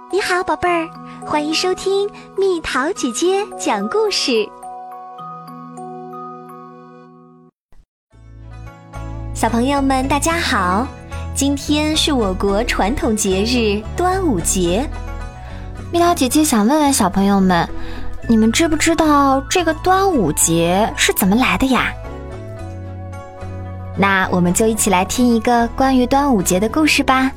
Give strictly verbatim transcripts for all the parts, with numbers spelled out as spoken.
你好，宝贝儿，欢迎收听蜜桃姐姐讲故事。小朋友们大家好，今天是我国传统节日端午节。 蜜桃姐姐想问问小朋友们，你们知不知道这个端午节是怎么来的呀？那我们就一起来听一个关于端午节的故事吧。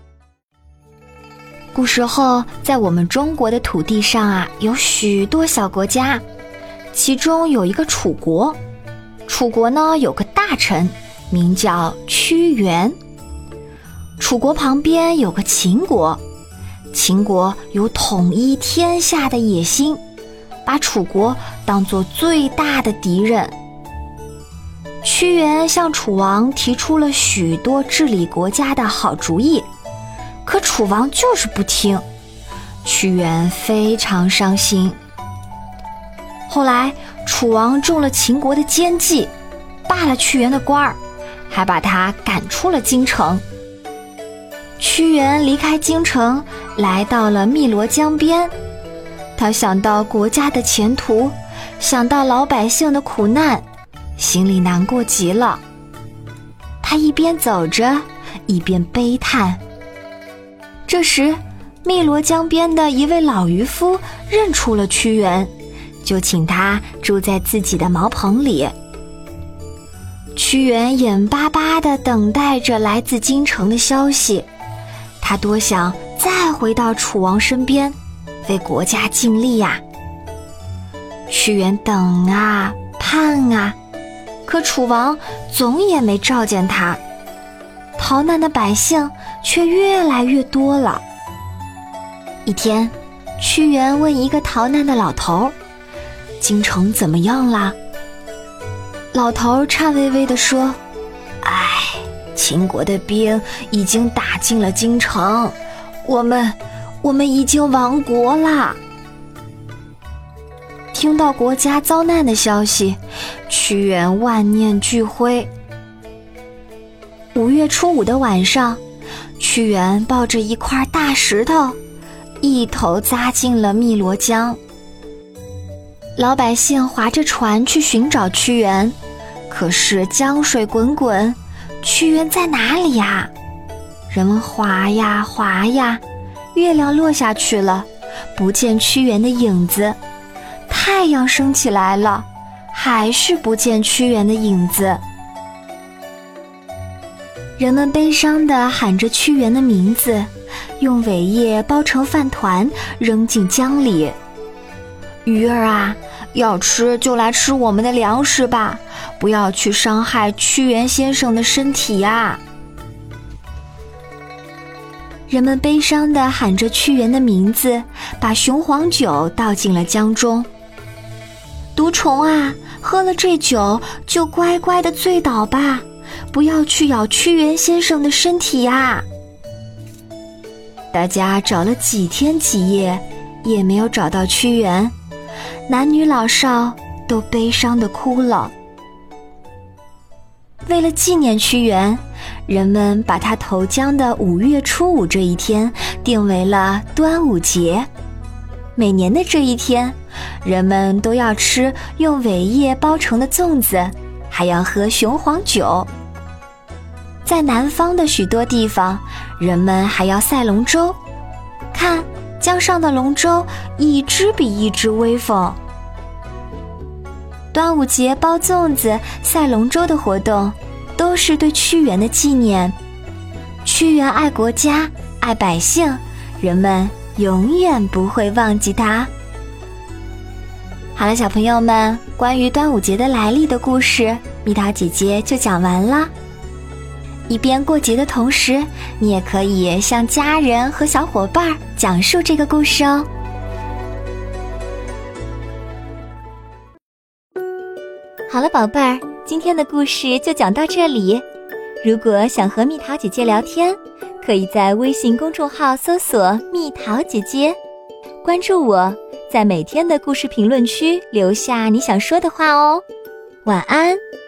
古时候，在我们中国的土地上啊，有许多小国家，其中有一个楚国。楚国呢，有个大臣，名叫屈原。楚国旁边有个秦国，秦国有统一天下的野心，把楚国当作最大的敌人。屈原向楚王提出了许多治理国家的好主意，可楚王就是不听，屈原非常伤心。后来楚王中了秦国的奸计，罢了屈原的官儿，还把他赶出了京城。屈原离开京城，来到了汨罗江边，他想到国家的前途，想到老百姓的苦难，心里难过极了。他一边走着，一边悲叹。这时，汨罗江边的一位老渔夫认出了屈原，就请他住在自己的茅棚里。屈原眼巴巴地等待着来自京城的消息，他多想再回到楚王身边，为国家尽力呀。屈原等啊盼啊，可楚王总也没召见他，逃难的百姓却越来越多了。一天，屈原问一个逃难的老头，京城怎么样啦？老头颤巍巍地说，唉，秦国的兵已经打进了京城，我们我们已经亡国啦。听到国家遭难的消息，屈原万念俱灰。五月初五的晚上，屈原抱着一块大石头，一头扎进了汨罗江。老百姓划着船去寻找屈原，可是江水滚滚，屈原在哪里呀？人们划呀划呀，月亮落下去了，不见屈原的影子。太阳升起来了，还是不见屈原的影子。人们悲伤地喊着屈原的名字，用苇叶包成饭团扔进江里。鱼儿啊，要吃就来吃我们的粮食吧，不要去伤害屈原先生的身体呀。人们悲伤地喊着屈原的名字，把雄黄酒倒进了江中。毒虫啊，喝了这酒就乖乖地醉倒吧，不要去咬屈原先生的身体呀。大家找了几天几夜，也没有找到屈原，男女老少都悲伤地哭了。为了纪念屈原，人们把他投江的五月初五这一天定为了端午节。每年的这一天，人们都要吃用苇叶包成的粽子，还要喝雄黄酒。在南方的许多地方，人们还要赛龙舟。看，江上的龙舟一只比一只威风。端午节包粽子、赛龙舟的活动，都是对屈原的纪念。屈原爱国家、爱百姓，人们永远不会忘记他。好了，小朋友们，关于端午节的来历的故事，蜜桃姐姐就讲完了。一边过节的同时，你也可以向家人和小伙伴讲述这个故事哦。好了，宝贝儿，今天的故事就讲到这里。如果想和蜜桃姐姐聊天，可以在微信公众号搜索蜜桃姐姐，关注我，在每天的故事评论区留下你想说的话哦。晚安。